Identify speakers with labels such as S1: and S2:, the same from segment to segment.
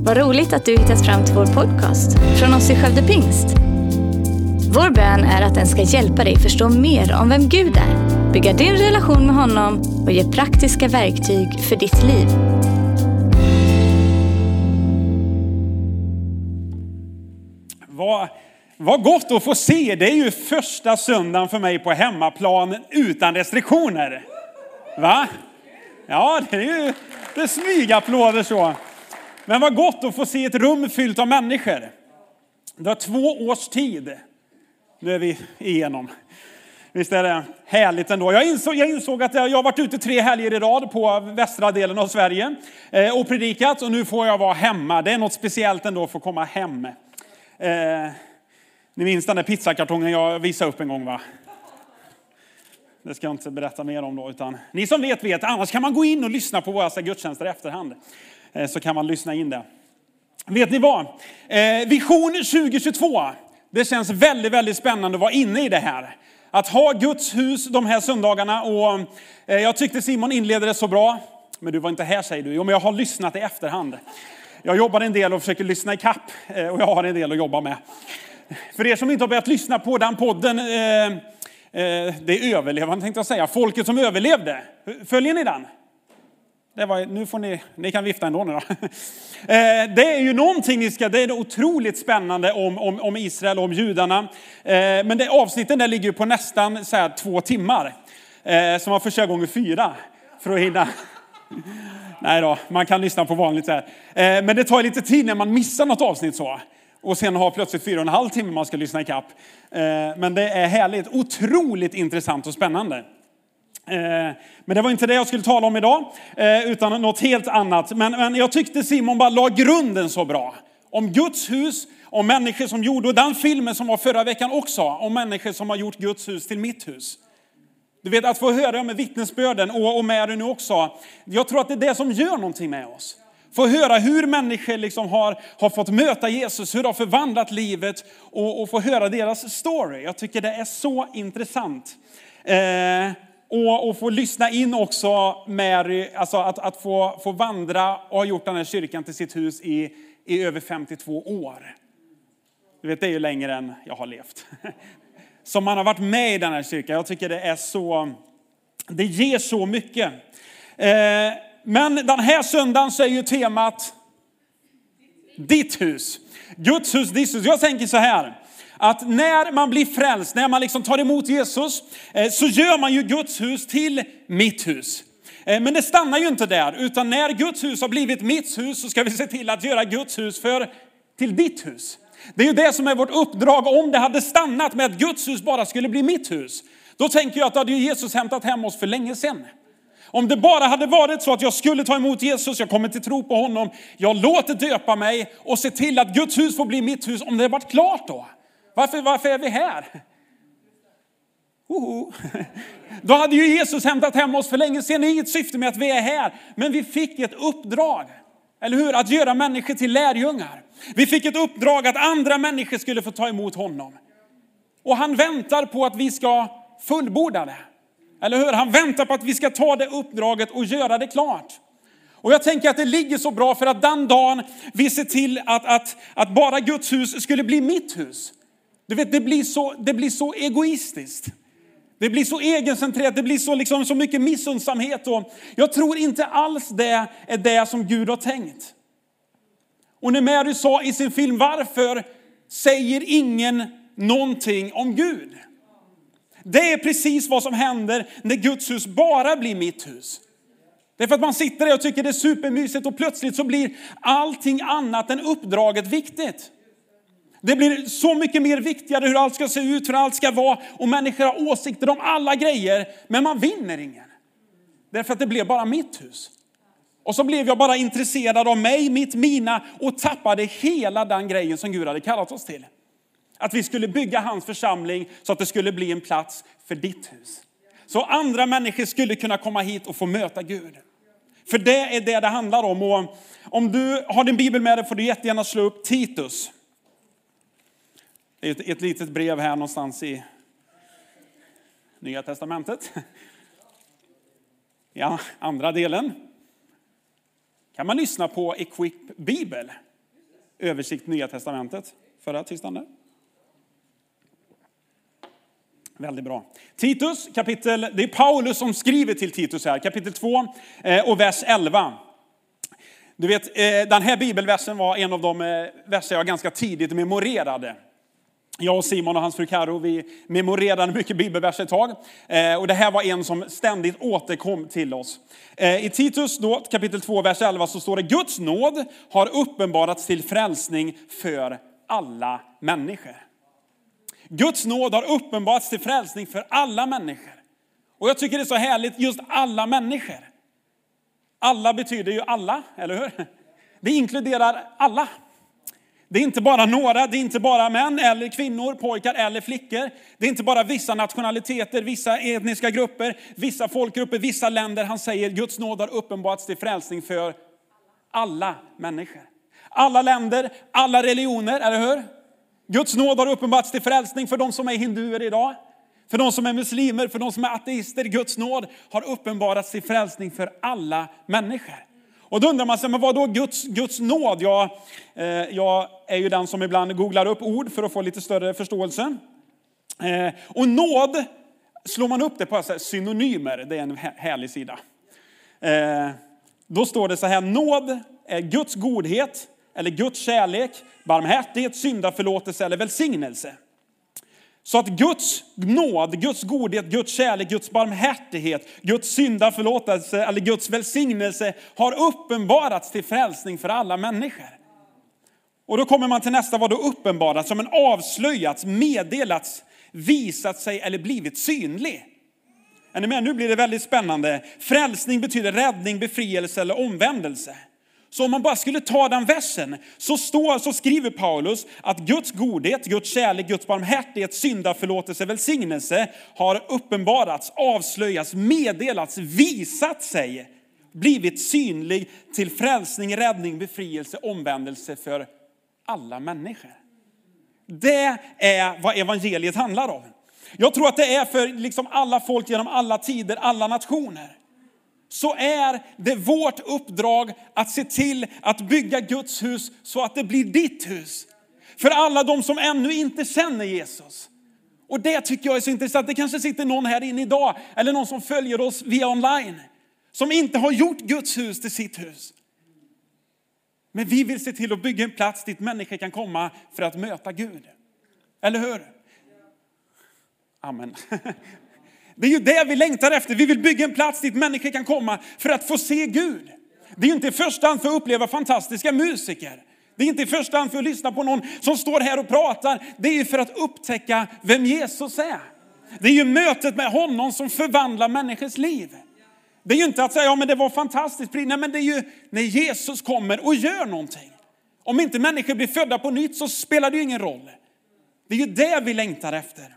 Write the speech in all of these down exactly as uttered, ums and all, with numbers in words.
S1: Vad roligt att du hittat fram till vår podcast från oss i Skövde Pingst. Vår bön är att den ska hjälpa dig förstå mer om vem Gud är, bygga din relation med honom och ge praktiska verktyg för ditt liv.
S2: Vad, vad gott att få se. Det är ju första söndagen för mig på hemmaplan utan restriktioner. Va? Ja, det är ju det smygapplåder så. Men vad gott att få se ett rum fyllt av människor. Det var två års tid. Nu är vi igenom. Visst är det härligt ändå. Jag insåg, jag insåg att jag har varit ute tre helger i rad på västra delen av Sverige och predikat. Och nu får jag vara hemma. Det är något speciellt ändå att få komma hem. Eh, ni minns den där pizzakartongen jag visade upp en gång, va? Det ska jag inte berätta mer om då, utan ni som vet vet. Annars kan man gå in och lyssna på våra gudstjänster i efterhand. Eh, så kan man lyssna in det. Vet ni vad? Eh, Vision tjugo tjugotvå. Det känns väldigt, väldigt spännande att vara inne i det här. Att ha Guds hus de här söndagarna. Och eh, jag tyckte Simon inledde det så bra. Men du var inte här, säger du. Jo, men jag har lyssnat i efterhand. Jag jobbar en del och försöker lyssna i kapp. Och jag har en del att jobba med. För er som inte har börjat lyssna på den podden. Eh, eh, det är överlevande, tänkte jag säga. Folket som överlevde. Följer ni den? Det var, nu får ni, ni kan vifta ändå nu då. Eh, det är ju någonting ni ska, det är otroligt spännande om, om, om Israel och om judarna. Eh, men det, avsnitten där ligger ju på nästan så här, två timmar. Eh, som man får köra gånger fyra för att hinna. Nej då, man kan lyssna på vanligt så här. Eh, men det tar lite tid när man missar något avsnitt så. Och sen har plötsligt fyra och en halv timme man ska lyssna i kapp. Eh, men det är härligt, otroligt intressant och spännande. Men det var inte det jag skulle tala om idag, utan något helt annat. Men, men jag tyckte Simon bara la grunden så bra. Om Guds hus, om människor som gjorde, och den filmen som var förra veckan också, om människor som har gjort Guds hus till mitt hus. Du vet, att få höra med vittnesbörden och, och med det nu också. Jag tror att det är det som gör någonting med oss. Få höra hur människor liksom har, har fått möta Jesus, hur de har förvandlat livet och, och få höra deras story. Jag tycker det är så intressant. Eh, Och, och få lyssna in också Mary, alltså att, att få, få vandra och ha gjort den här kyrkan till sitt hus i, i över femtiotvå år. Du vet, det är ju längre än jag har levt. Som man har varit med i den här kyrkan. Jag tycker det är så, det ger så mycket. Eh, men den här söndagen så är ju temat ditt hus. Guds hus, ditt hus. Jag tänker så här. Att när man blir frälst, när man liksom tar emot Jesus, så gör man ju Guds hus till mitt hus. Men det stannar ju inte där, utan när Guds hus har blivit mitt hus så ska vi se till att göra Guds hus för, till ditt hus. Det är ju det som är vårt uppdrag. Om det hade stannat med att Guds hus bara skulle bli mitt hus, då tänker jag att då hade ju Jesus hämtat hem oss för länge sedan. Om det bara hade varit så att jag skulle ta emot Jesus, jag kommer till tro på honom, jag låter döpa mig och se till att Guds hus får bli mitt hus, om det har varit klart då. Varför, varför är vi här? Oho. Då hade ju Jesus hämtat hem oss för länge sedan. Det är inget syfte med att vi är här. Men vi fick ett uppdrag. Eller hur? Att göra människor till lärjungar. Vi fick ett uppdrag att andra människor skulle få ta emot honom. Och han väntar på att vi ska fullborda det. Eller hur? Han väntar på att vi ska ta det uppdraget och göra det klart. Och jag tänker att det ligger så bra för att den dagen vi ser till att, att, att bara Guds hus skulle bli mitt hus. Du vet, det blir så, det blir så egoistiskt. Det blir så egencentrerat. Det blir så, liksom, så mycket missundsamhet. Och jag tror inte alls det är det som Gud har tänkt. Och när Mary sa i sin film, varför säger ingen någonting om Gud? Det är precis vad som händer när Guds hus bara blir mitt hus. Det är för att man sitter där och tycker det är supermysigt och plötsligt så blir allting annat än uppdraget viktigt. Det blir så mycket mer viktigare hur allt ska se ut, hur allt ska vara. Och människor har åsikter om alla grejer. Men man vinner ingen. Därför att det blev bara mitt hus. Och så blev jag bara intresserad av mig, mitt, mina. Och tappade hela den grejen som Gud hade kallat oss till. Att vi skulle bygga hans församling så att det skulle bli en plats för ditt hus. Så andra människor skulle kunna komma hit och få möta Gud. För det är det det handlar om. Och om du har din bibel med dig får du jättegärna slå upp Titus. Det är ett, ett litet brev här någonstans i Nya testamentet. Ja, andra delen. Kan man lyssna på Equip Bibel. översikt Nya testamentet förra tisdagen där. Väldigt bra. Titus kapitel, det är Paulus som skriver till Titus här, kapitel två och vers elva. Du vet, den här bibelversen var en av de verser jag ganska tidigt memorerade. Jag och Simon och hans fru Karo, vi memorerade mycket bibelverser ett tag. Och det här var en som ständigt återkom till oss. I Titus då, kapitel två, vers elva så står det: Guds nåd har uppenbarats till frälsning för alla människor. Guds nåd har uppenbarats till frälsning för alla människor. Och jag tycker det är så härligt, just alla människor. Alla betyder ju alla, eller hur? Det inkluderar alla. Det är inte bara några, det är inte bara män eller kvinnor, pojkar eller flickor. Det är inte bara vissa nationaliteter, vissa etniska grupper, vissa folkgrupper, vissa länder. Han säger Guds nåd har uppenbarats till frälsning för alla människor. Alla länder, alla religioner, eller hur? Guds nåd har uppenbarats till frälsning för de som är hinduer idag. För de som är muslimer, för de som är ateister. Guds nåd har uppenbarats till frälsning för alla människor. Och då undrar man sig, men vad då Guds, Guds nåd? Jag, eh, jag är ju den som ibland googlar upp ord för att få lite större förståelse. Eh, och nåd, slår man upp det på så här, synonymer, det är en härlig sida. Eh, då står det så här: nåd är Guds godhet eller Guds kärlek, barmhärtighet, syndaförlåtelse eller välsignelse. Så att Guds nåd, Guds godhet, Guds kärlek, Guds barmhärtighet, Guds syndaförlåtelse eller Guds välsignelse har uppenbarats till frälsning för alla människor. Och då kommer man till nästa, vad då uppenbarats, som en avslöjats, meddelats, visat sig eller blivit synlig. Är ni med? Nu blir det väldigt spännande. Frälsning betyder räddning, befrielse eller omvändelse. Så om man bara skulle ta den versen så, står, så skriver Paulus att Guds godhet, Guds kärlek, Guds barmhärtighet, syndaförlåtelse, välsignelse har uppenbarats, avslöjats, meddelats, visat sig, blivit synlig till frälsning, räddning, befrielse, omvändelse för alla människor. Det är vad evangeliet handlar om. Jag tror att det är för liksom alla folk genom alla tider, alla nationer. Så är det vårt uppdrag att se till att bygga Guds hus så att det blir ditt hus. För alla de som ännu inte känner Jesus. Och det tycker jag är så intressant. Det kanske sitter någon här inne idag eller någon som följer oss via online som inte har gjort Guds hus till sitt hus. Men vi vill se till att bygga en plats dit människor kan komma för att möta Gud. Eller hur? Amen. Det är ju det vi längtar efter. Vi vill bygga en plats dit människor kan komma för att få se Gud. Det är ju inte i första hand för att uppleva fantastiska musiker. Det är inte i första hand för att lyssna på någon som står här och pratar. Det är ju för att upptäcka vem Jesus är. Det är ju mötet med honom som förvandlar människors liv. Det är ju inte att säga, ja men det var fantastiskt. Nej, men det är ju när Jesus kommer och gör någonting. Om inte människor blir födda på nytt så spelar det ju ingen roll. Det är ju det vi längtar efter.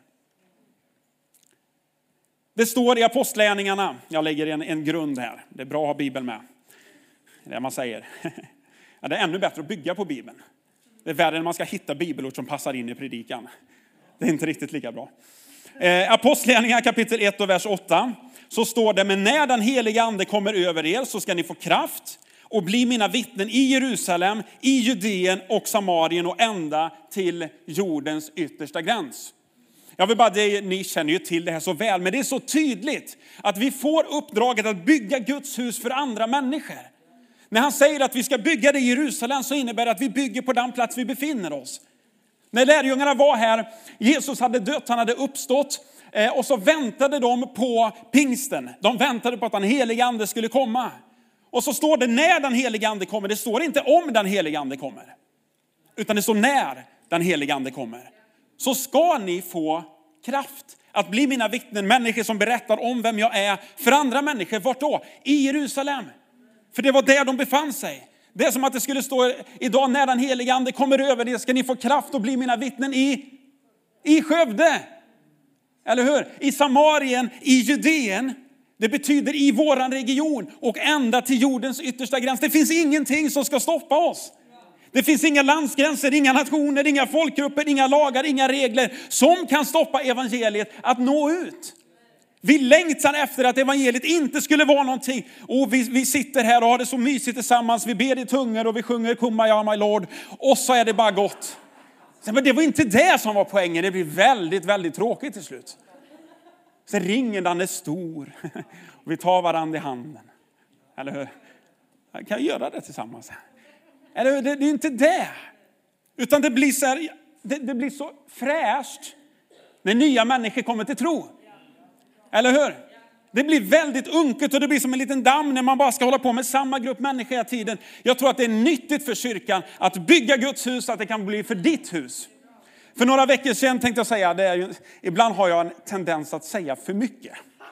S2: Det står i apostlagärningarna, jag lägger en, en grund här. Det är bra att ha Bibeln med. Det är det man säger. Ja, det är ännu bättre att bygga på Bibeln. Det är värre när man ska hitta bibelord som passar in i predikan. Det är inte riktigt lika bra. Eh, apostlagärningarna kapitel ett och vers åtta. Så står det, men när den heliga ande kommer över er så ska ni få kraft och bli mina vittnen i Jerusalem, i Judeen och Samarien och ända till jordens yttersta gräns. Jag vill bara, det, ni känner ju till det här så väl, men det är så tydligt att vi får uppdraget att bygga Guds hus för andra människor. När han säger att vi ska bygga det i Jerusalem så innebär det att vi bygger på den plats vi befinner oss. När lärjungarna var här, Jesus hade dött, han hade uppstått och så väntade de på pingsten. De väntade på att den heliga ande skulle komma. Och så står det när den heliga ande kommer, det står inte om den heliga ande kommer. Utan det står när den heliga ande kommer. Så ska ni få kraft att bli mina vittnen, människor som berättar om vem jag är för andra människor. Vart då? I Jerusalem. För det var där de befann sig. Det är som att det skulle stå idag när den heliga ande kommer över det ska ni få kraft att bli mina vittnen i, i Skövde. Eller hur? I Samarien, i Judeen. Det betyder i våran region och ända till jordens yttersta gräns. Det finns ingenting som ska stoppa oss. Det finns inga landsgränser, inga nationer, inga folkgrupper, inga lagar, inga regler som kan stoppa evangeliet att nå ut. Vi längtar efter att evangeliet inte skulle vara någonting. Och vi, vi sitter här och har det så mysigt tillsammans. Vi ber i tungor och vi sjunger Kumbaya my Lord. Och så är det bara gott. Men det var inte det som var poängen. Det blir väldigt, väldigt tråkigt till slut. Så ringen den är stor. Och vi tar varandra i handen. Eller hur? Jag kan göra det tillsammans. Eller det, det är inte det. Utan det blir så här, det, det blir så fräscht när nya människor kommer till tro. Eller hur? Det blir väldigt unket och det blir som en liten damm när man bara ska hålla på med samma grupp människor hela tiden. Jag tror att det är nyttigt för kyrkan att bygga Guds hus så att det kan bli för ditt hus. För några veckor sedan tänkte jag säga, det är ju, ibland har jag en tendens att säga för mycket.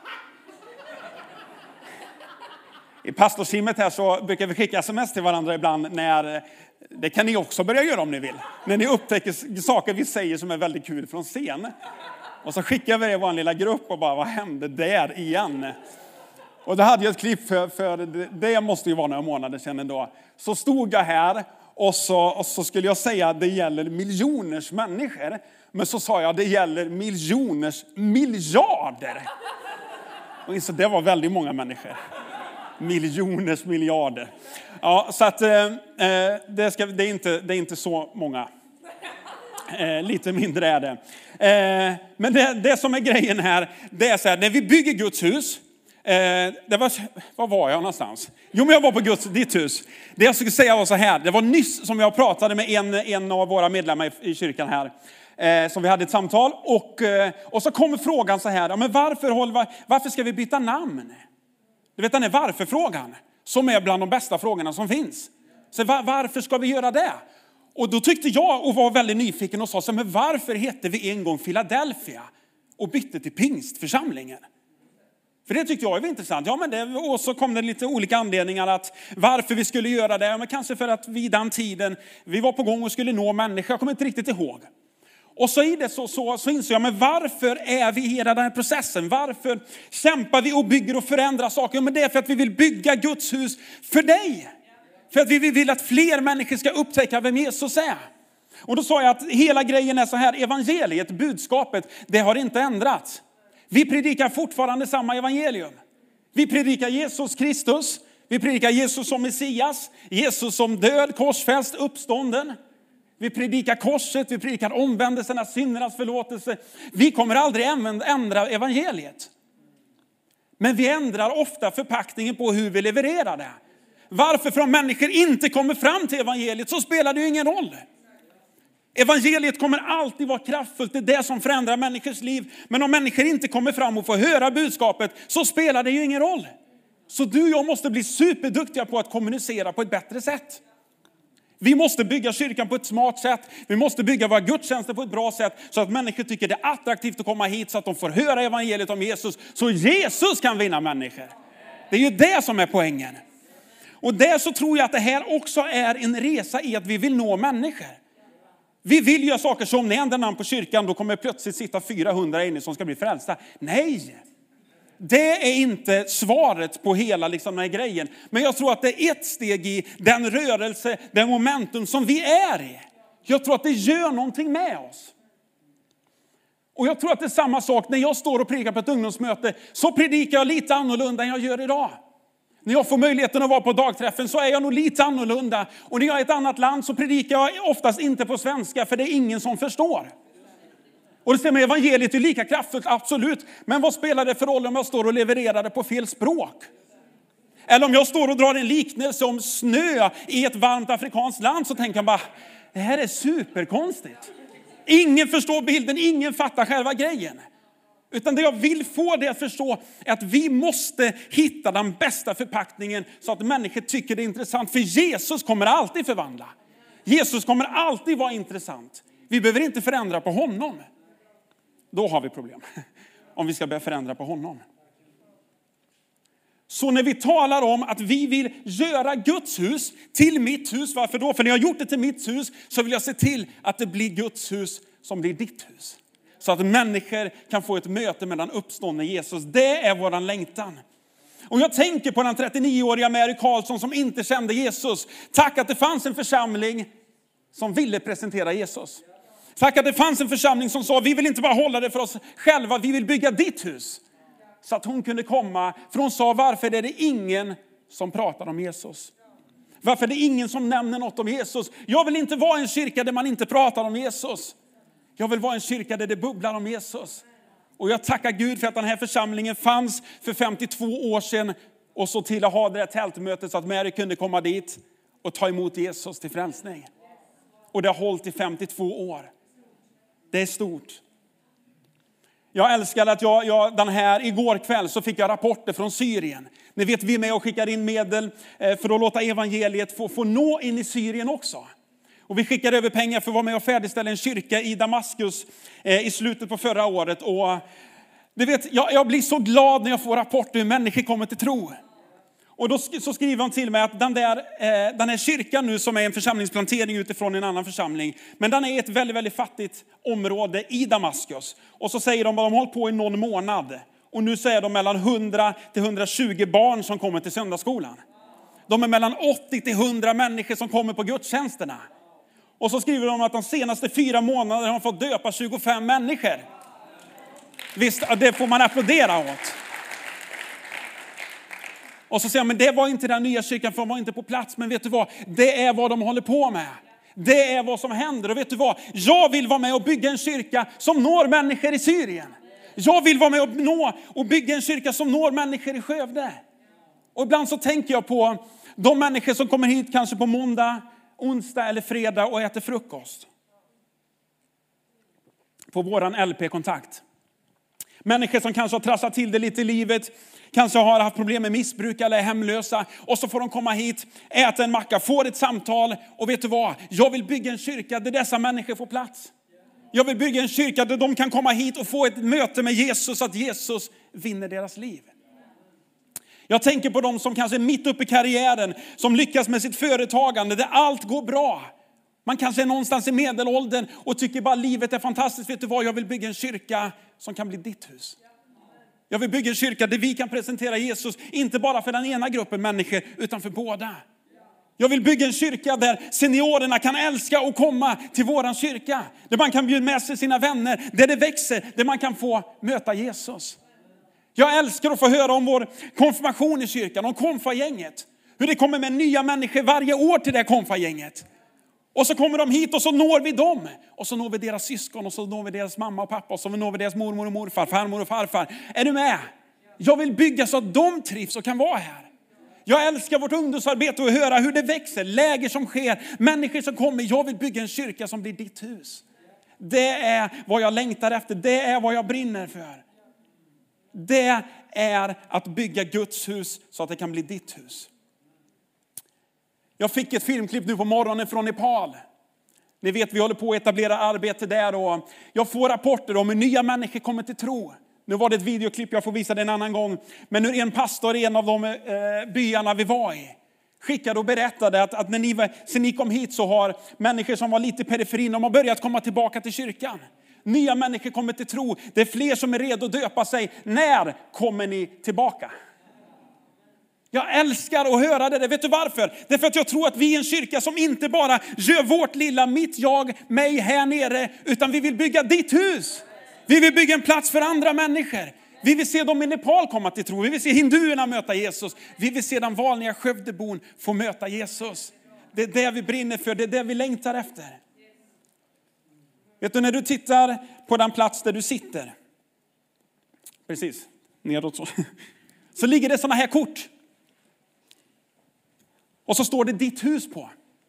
S2: I pastorsimmet här så brukar vi skicka sms till varandra ibland när, det kan ni också börja göra om ni vill. När ni upptäcker saker vi säger som är väldigt kul från scen. Och så skickar vi det i vår lilla grupp och bara, vad hände där igen? Och då hade jag ett klipp för, för det, det måste ju vara några månader sedan ändå. Så stod jag här och så, och så skulle jag säga att det gäller miljoners människor. Men så sa jag att det gäller miljoners miljarder. Och så det var väldigt många människor. Miljoners miljarder. Ja, så att eh, det, ska, det, är inte, det är inte så många. Eh, lite mindre är det. Eh, men det, det som är grejen här, det är så här, när vi bygger Guds hus, eh, det var, var var jag någonstans? Jo, men jag var på Guds, ditt hus. Det jag skulle säga var så här, det var nyss som jag pratade med en, en av våra medlemmar i, i kyrkan här, eh, som vi hade ett samtal. Och, eh, och så kommer frågan så här, ja, men varför, håller, varför ska vi byta namn? Du vet den är varför-frågan, som är bland de bästa frågorna som finns. Så var, varför ska vi göra det? Och då tyckte jag och var väldigt nyfiken och sa så, men varför hette vi en gång Philadelphia och bytte till Pingstförsamlingen? För det tyckte jag var intressant. Ja, men det, och så kom det lite olika anledningar att varför vi skulle göra det. Men kanske för att vi den tiden, vi var på gång och skulle nå människor. Jag kommer inte riktigt ihåg. Och så i det så, så, så inser jag, men varför är vi i hela den här processen? Varför kämpar vi och bygger och förändrar saker? Ja, men det är för att vi vill bygga Guds hus för dig. För att vi vill att fler människor ska upptäcka vem Jesus är. Och då sa jag att hela grejen är så här, evangeliet, budskapet, det har inte ändrats. Vi predikar fortfarande samma evangelium. Vi predikar Jesus Kristus, vi predikar Jesus som Messias, Jesus som död, korsfäst, uppstånden. Vi predikar korset, vi predikar omvändelserna, syndernas förlåtelse. Vi kommer aldrig ändra evangeliet. Men vi ändrar ofta förpackningen på hur vi levererar det. Varför? För om människor inte kommer fram till evangeliet så spelar det ju ingen roll. Evangeliet kommer alltid vara kraftfullt, det är det som förändrar människors liv. Men om människor inte kommer fram och får höra budskapet så spelar det ju ingen roll. Så du och jag måste bli superduktiga på att kommunicera på ett bättre sätt. Vi måste bygga kyrkan på ett smart sätt. Vi måste bygga våra gudstjänster på ett bra sätt. Så att människor tycker det är attraktivt att komma hit. Så att de får höra evangeliet om Jesus. Så Jesus kan vinna människor. Det är ju det som är poängen. Och där så tror jag att det här också är en resa i att vi vill nå människor. Vi vill göra saker som ni ändrar namn på kyrkan. Då kommer plötsligt sitta fyrahundra inne som ska bli frälsta. Nej! Det är inte svaret på hela liksom, den här grejen. Men jag tror att det är ett steg i den rörelse, den momentum som vi är i. Jag tror att det gör någonting med oss. Och jag tror att det är samma sak när jag står och predikar på ett ungdomsmöte. Så predikar jag lite annorlunda än jag gör idag. När jag får möjligheten att vara på dagträffen så är jag nog lite annorlunda. Och när jag är i ett annat land så predikar jag oftast inte på svenska för det är ingen som förstår. Och det stämmer, evangeliet är lika kraftfullt, absolut. Men vad spelar det för roll om jag står och levererar det på fel språk? Eller om jag står och drar en liknelse om snö i ett varmt afrikanskt land så tänker jag bara, det här är superkonstigt. Ingen förstår bilden, ingen fattar själva grejen. Utan det jag vill få det att förstå är att vi måste hitta den bästa förpackningen så att människor tycker det är intressant. För Jesus kommer alltid förvandla. Jesus kommer alltid vara intressant. Vi behöver inte förändra på honom. Då har vi problem. Om vi ska börja förändra på honom. Så när vi talar om att vi vill göra Guds hus till mitt hus. Varför då? För när jag har gjort det till mitt hus så vill jag se till att det blir Guds hus som blir ditt hus. Så att människor kan få ett möte med den uppståndne Jesus. Det är våran längtan. Och jag tänker på den trettionioåriga Mary Karlsson som inte kände Jesus. Tack att det fanns en församling som ville presentera Jesus. Tack att det fanns en församling som sa, vi vill inte bara hålla det för oss själva, vi vill bygga ditt hus. så att hon kunde komma. För hon sa, varför är det ingen som pratar om Jesus? Varför är det ingen som nämner något om Jesus? Jag vill inte vara en kyrka där man inte pratar om Jesus. Jag vill vara en kyrka där det bubblar om Jesus. Och jag tackar Gud för att den här församlingen fanns för femtiotvå år sedan. Och så till att ha det här tältmötet så att Mary kunde komma dit och ta emot Jesus till frälsning. Och det har hållit i femtiotvå år. Det är stort. Jag älskar att jag, jag den här igår kväll så fick jag rapporter från Syrien. Ni vet, vi är med och skickar in medel för att låta evangeliet få, få nå in i Syrien också. Och vi skickar över pengar för att vara med och färdigställa en kyrka i Damaskus eh, i slutet på förra året. Och du vet, jag, jag blir så glad när jag får rapporter hur människor kommer till tro. Och då så skriver han till mig att den, där, eh, den här kyrkan nu som är en församlingsplantering utifrån en annan församling. Men den är i ett väldigt, väldigt fattigt område i Damaskus. Och så säger de att de har hållit på i någon månad. Och nu så är de mellan hundra till hundratjugo barn som kommer till söndagsskolan. De är mellan åttio till hundra människor som kommer på gudstjänsterna. Och så skriver de att de senaste fyra månaderna har de fått döpa tjugofem människor. Visst, det får man applådera åt. Och så säger jag, men det var inte den nya kyrkan för de var inte på plats. Men vet du vad? Det är vad de håller på med. Det är vad som händer. Och vet du vad? Jag vill vara med och bygga en kyrka som når människor i Syrien. Jag vill vara med och nå och bygga en kyrka som når människor i Skövde. Och ibland så tänker jag på de människor som kommer hit kanske på måndag, onsdag eller fredag och äter frukost. På våran L P-kontakt. Människor som kanske har trassat till det lite i livet. Kanske har haft problem med missbruk eller är hemlösa. Och så får de komma hit, äta en macka, får ett samtal. Och vet du vad? Jag vill bygga en kyrka där dessa människor får plats. Jag vill bygga en kyrka där de kan komma hit och få ett möte med Jesus. Så att Jesus vinner deras liv. Jag tänker på de som kanske är mitt uppe i karriären. Som lyckas med sitt företagande där allt går bra. Man kanske är någonstans i medelåldern och tycker bara livet är fantastiskt. Vet du vad? Jag vill bygga en kyrka som kan bli ditt hus. Jag vill bygga en kyrka där vi kan presentera Jesus. Inte bara för den ena gruppen människor utan för båda. Jag vill bygga en kyrka där seniorerna kan älska och komma till våran kyrka. Där man kan bjuda med sig sina vänner. Där det växer. Där man kan få möta Jesus. Jag älskar att få höra om vår konfirmation i kyrkan. Om konfagänget. Hur det kommer med nya människor varje år till det konfagänget. Och så kommer de hit och så når vi dem. Och så når vi deras syskon och så når vi deras mamma och pappa. Och så når vi deras mormor och morfar, farmor och farfar. Är du med? Jag vill bygga så att de trivs och kan vara här. Jag älskar vårt ungdomsarbete och höra hur det växer. Läger som sker, människor som kommer. Jag vill bygga en kyrka som blir ditt hus. Det är vad jag längtar efter. Det är vad jag brinner för. Det är att bygga Guds hus så att det kan bli ditt hus. Jag fick ett filmklipp nu på morgonen från Nepal. Ni vet, vi håller på att etablera arbete där. Och jag får rapporter om hur nya människor kommer till tro. Nu var det ett videoklipp, jag får visa det en annan gång. Men hur en pastor i en av de eh, byarna vi var i skickade och berättade att, att när ni, sen ni kom hit så har människor som var lite i periferin, de har börjat komma tillbaka till kyrkan. Nya människor kommer till tro. Det är fler som är redo att döpa sig. När kommer ni tillbaka? Jag älskar att höra det. Vet du varför? Det är för att jag tror att vi är en kyrka som inte bara gör vårt lilla, mitt jag, mig här nere. Utan vi vill bygga ditt hus. Vi vill bygga en plats för andra människor. Vi vill se dem i Nepal komma till tro. Vi vill se hinduerna möta Jesus. Vi vill se den vanliga Skövdebon få möta Jesus. Det är det vi brinner för. Det är det vi längtar efter. Vet du, när du tittar på den plats där du sitter. Precis, nedåt så. Så ligger det såna här kort. Och så står det ditt hus på.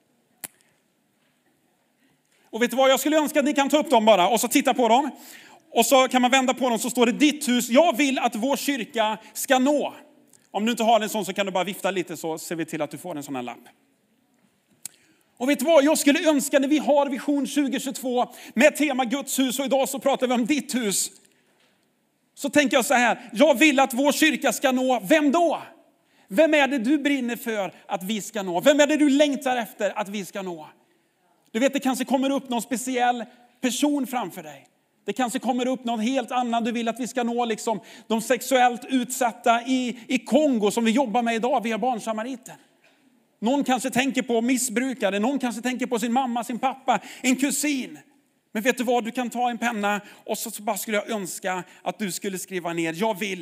S2: Och vet du vad, jag skulle önska att ni kan ta upp dem bara och så titta på dem. Och så kan man vända på dem så står det ditt hus. Jag vill att vår kyrka ska nå. Om du inte har en sån så kan du bara vifta lite så ser vi till att du får en sån här lapp. Och vet du vad, jag skulle önska när vi har vision tjugo tjugotvå med tema Guds hus och idag så pratar vi om ditt hus. Så tänker jag så här, jag vill att vår kyrka ska nå, vem då? Vem är det du brinner för att vi ska nå? Vem är det du längtar efter att vi ska nå? Du vet, det kanske kommer upp någon speciell person framför dig. Det kanske kommer upp någon helt annan du vill att vi ska nå. Liksom de sexuellt utsatta i, i Kongo som vi jobbar med idag via Barnsamariten. Någon kanske tänker på missbrukare. Någon kanske tänker på sin mamma, sin pappa, en kusin. Men vet du vad, du kan ta en penna och så bara skulle jag önska att du skulle skriva ner. Jag vill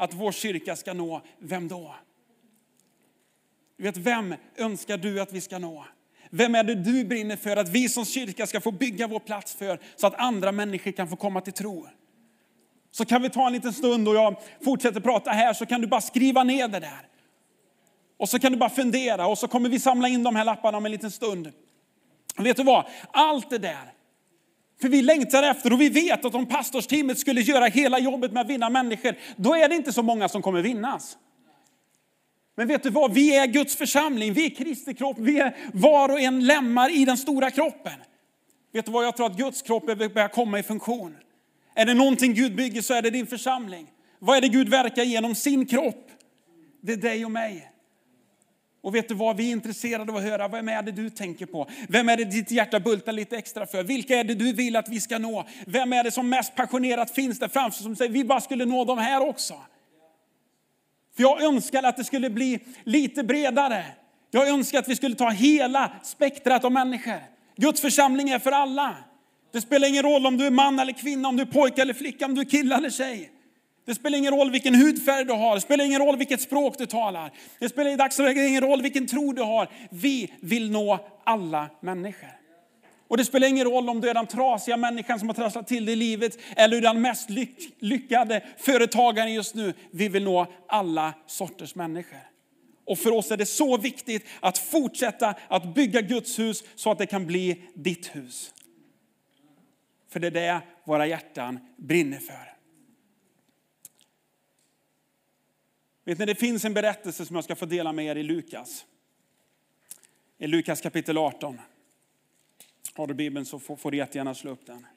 S2: att vår kyrka ska nå, vem då? Du vet, vem önskar du att vi ska nå? Vem är det du brinner för att vi som kyrka ska få bygga vår plats för, så att andra människor kan få komma till tro? Så kan vi ta en liten stund och jag fortsätter prata här, så kan du bara skriva ner det där. Och så kan du bara fundera, och så kommer vi samla in de här lapparna om en liten stund. Och vet du vad? Allt det där. För vi längtar efter, och vi vet att om pastorsteamet skulle göra hela jobbet med att vinna människor, då är det inte så många som kommer vinnas. Men vet du vad? Vi är Guds församling, vi är Kristi kropp, vi är var och en lemmar i den stora kroppen. Vet du vad? Jag tror att Guds kropp börjar komma i funktion. Är det någonting Gud bygger, så är det din församling. Vad är det Gud verkar genom sin kropp? Det är dig och mig. Och vet du vad, vi är intresserade av att höra, vem är det du tänker på? Vem är det ditt hjärta bultar lite extra för? Vilka är det du vill att vi ska nå? Vem är det som mest passionerat finns där framför, som säger vi bara skulle nå dem här också? För jag önskar att det skulle bli lite bredare. Jag önskar att vi skulle ta hela spektrat av människor. Guds församling är för alla. Det spelar ingen roll om du är man eller kvinna, om du är pojke eller flicka, om du är kille eller tjej. Det spelar ingen roll vilken hudfärg du har. Det spelar ingen roll vilket språk du talar. Det spelar i dagsläget ingen roll vilken tro du har. Vi vill nå alla människor. Och det spelar ingen roll om du är den trasiga människan som har trasslat till det i livet, eller den mest lyck- lyckade företagaren just nu. Vi vill nå alla sorters människor. Och för oss är det så viktigt att fortsätta att bygga Guds hus så att det kan bli ditt hus. För det är det våra hjärtan brinner för. Vet ni, det finns en berättelse som jag ska få dela med er i Lukas. I Lukas kapitel arton. Har du Bibeln så får, får du jättegärna slå upp den.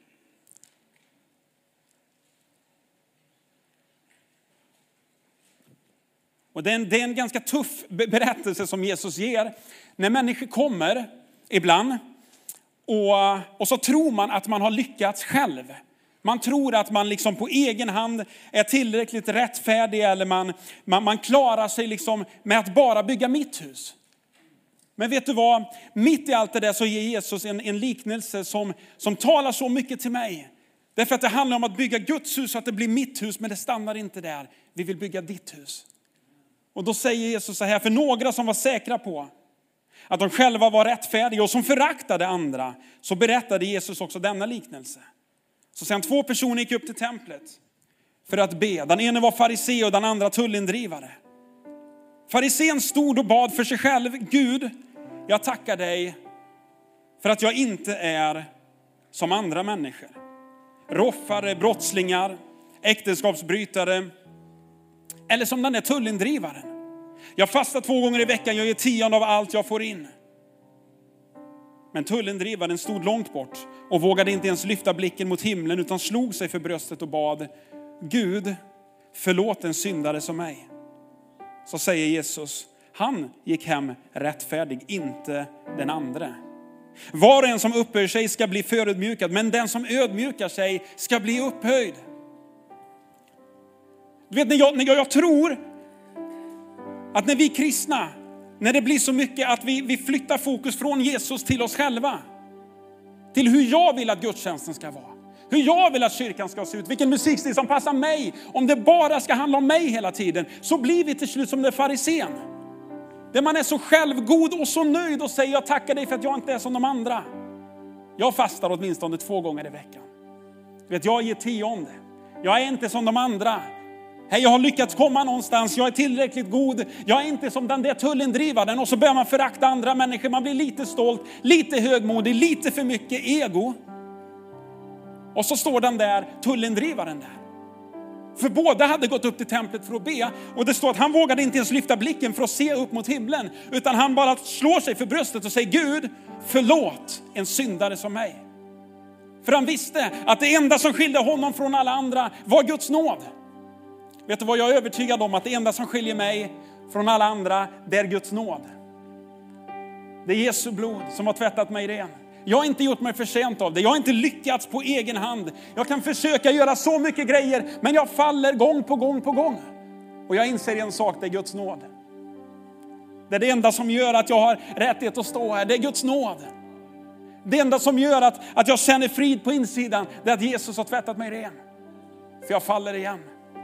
S2: Och det är, en, det är en ganska tuff berättelse som Jesus ger. När människor kommer ibland och, och så tror man att man har lyckats själv. Man tror att man liksom på egen hand är tillräckligt rättfärdig, eller man, man, man klarar sig liksom med att bara bygga mitt hus. Men vet du vad? Mitt i allt det där så ger Jesus en, en liknelse som, som talar så mycket till mig. Därför att det handlar om att bygga Guds hus så att det blir mitt hus, men det stannar inte där. Vi vill bygga ditt hus. Och då säger Jesus så här, för några som var säkra på att de själva var rättfärdiga och som föraktade andra, så berättade Jesus också denna liknelse. Så sen två personer gick upp till templet för att be. Den ene var farisé och den andra tullindrivare. Farisén stod och bad för sig själv. Gud, jag tackar dig för att jag inte är som andra människor. Roffare, brottslingar, äktenskapsbrytare. Eller som den där tullindrivaren. Jag fastar två gånger i veckan, jag ger tionde av allt jag får in. Men tullindrivaren stod långt bort och vågade inte ens lyfta blicken mot himlen, utan slog sig för bröstet och bad: Gud, förlåt en syndare som mig. Så säger Jesus, han gick hem rättfärdig, inte den andra. Var och en som upphöjer sig ska bli förödmjukad, men den som ödmjukar sig ska bli upphöjd. Du vet, när jag, när jag, jag tror att när vi kristna, när det blir så mycket att vi, vi flyttar fokus från Jesus till oss själva. Till hur jag vill att gudstjänsten ska vara. Hur jag vill att kyrkan ska se ut. Vilken musikstil som passar mig. Om det bara ska handla om mig hela tiden, så blir vi till slut som den farisén. Där man är så självgod och så nöjd och säger: jag tackar dig för att jag inte är som de andra. Jag fastar åtminstone två gånger i veckan. Du vet, jag ger tionde. Jag är inte som de andra. Hej, jag har lyckats komma någonstans. Jag är tillräckligt god. Jag är inte som den där tullindrivaren. Och så börjar man förakta andra människor. Man blir lite stolt, lite högmodig, lite för mycket ego. Och så står den där tullindrivaren där. För båda hade gått upp till templet för att be. Och det står att han vågade inte ens lyfta blicken för att se upp mot himlen. Utan han bara slår sig för bröstet och säger: Gud, förlåt en syndare som mig. För han visste att det enda som skilde honom från alla andra var Guds nåd. Vet du vad, jag är övertygad om att det enda som skiljer mig från alla andra, det är Guds nåd. Det är Jesu blod som har tvättat mig ren. Jag har inte gjort mig förtjänt av det. Jag har inte lyckats på egen hand. Jag kan försöka göra så mycket grejer, men jag faller gång på gång på gång. Och jag inser en sak, det är Guds nåd. Det är det enda som gör att jag har rättighet att stå här. Det är Guds nåd. Det enda som gör att, att jag känner frid på insidan, det är att Jesus har tvättat mig ren. För jag faller igen.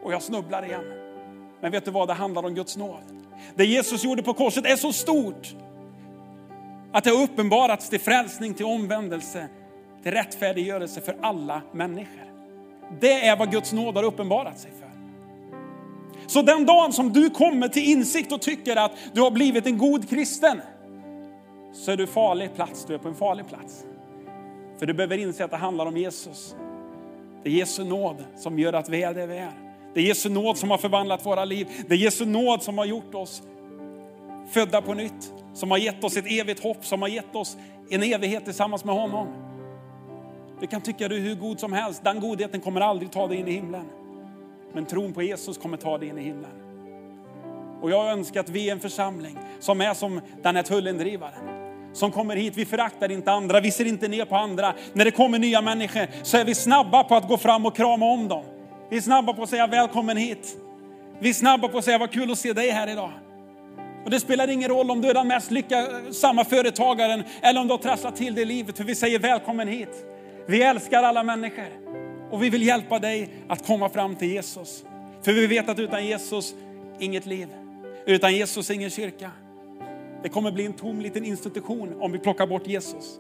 S2: Och jag snubblar igen. Men vet du vad, det handlar om Guds nåd. Det Jesus gjorde på korset är så stort att det har uppenbarats till frälsning, till omvändelse, till rättfärdiggörelse för alla människor. Det är vad Guds nåd har uppenbarat sig för. Så den dagen som du kommer till insikt och tycker att du har blivit en god kristen, så är du farlig plats, du är på en farlig plats. För du behöver inse att det handlar om Jesus. Det är Jesu nåd som gör att vi är det vi är. Det är Jesu nåd som har förvandlat våra liv. Det är Jesu nåd som har gjort oss födda på nytt. Som har gett oss ett evigt hopp. Som har gett oss en evighet tillsammans med honom. Du kan tycka du är hur god som helst. Den godheten kommer aldrig ta dig in i himlen. Men tron på Jesus kommer ta dig in i himlen. Och jag önskar att vi är en församling som är som den här tullindrivaren. Som kommer hit, vi föraktar inte andra, vi ser inte ner på andra. När det kommer nya människor så är vi snabba på att gå fram och krama om dem. Vi är snabba på att säga välkommen hit. Vi är snabba på att säga vad kul att se dig här idag. Och det spelar ingen roll om du är den mest lyckosamma företagaren eller om du har trasslat till det i livet. För vi säger välkommen hit. Vi älskar alla människor. Och vi vill hjälpa dig att komma fram till Jesus. För vi vet att utan Jesus, inget liv. Utan Jesus, ingen kyrka. Det kommer bli en tom liten institution om vi plockar bort Jesus.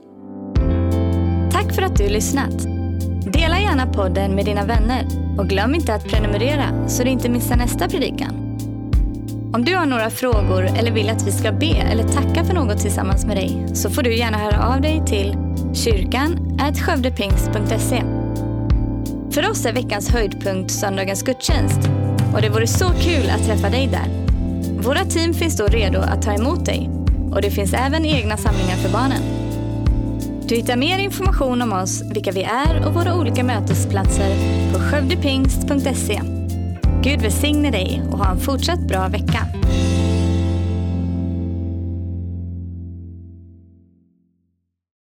S1: Tack för att du lyssnat. Dela gärna podden med dina vänner. Och glöm inte att prenumerera så du inte missar nästa predikan. Om du har några frågor eller vill att vi ska be eller tacka för något tillsammans med dig, så får du gärna höra av dig till kyrkan at skövdepingst punkt se. För oss är veckans höjdpunkt söndagens gudstjänst. Och det vore så kul att träffa dig där. Våra team finns då redo att ta emot dig. Och det finns även egna samlingar för barnen. Du hittar mer information om oss, vilka vi är och våra olika mötesplatser på skövdepingst punkt se. Gud välsigne dig och ha en fortsatt bra vecka.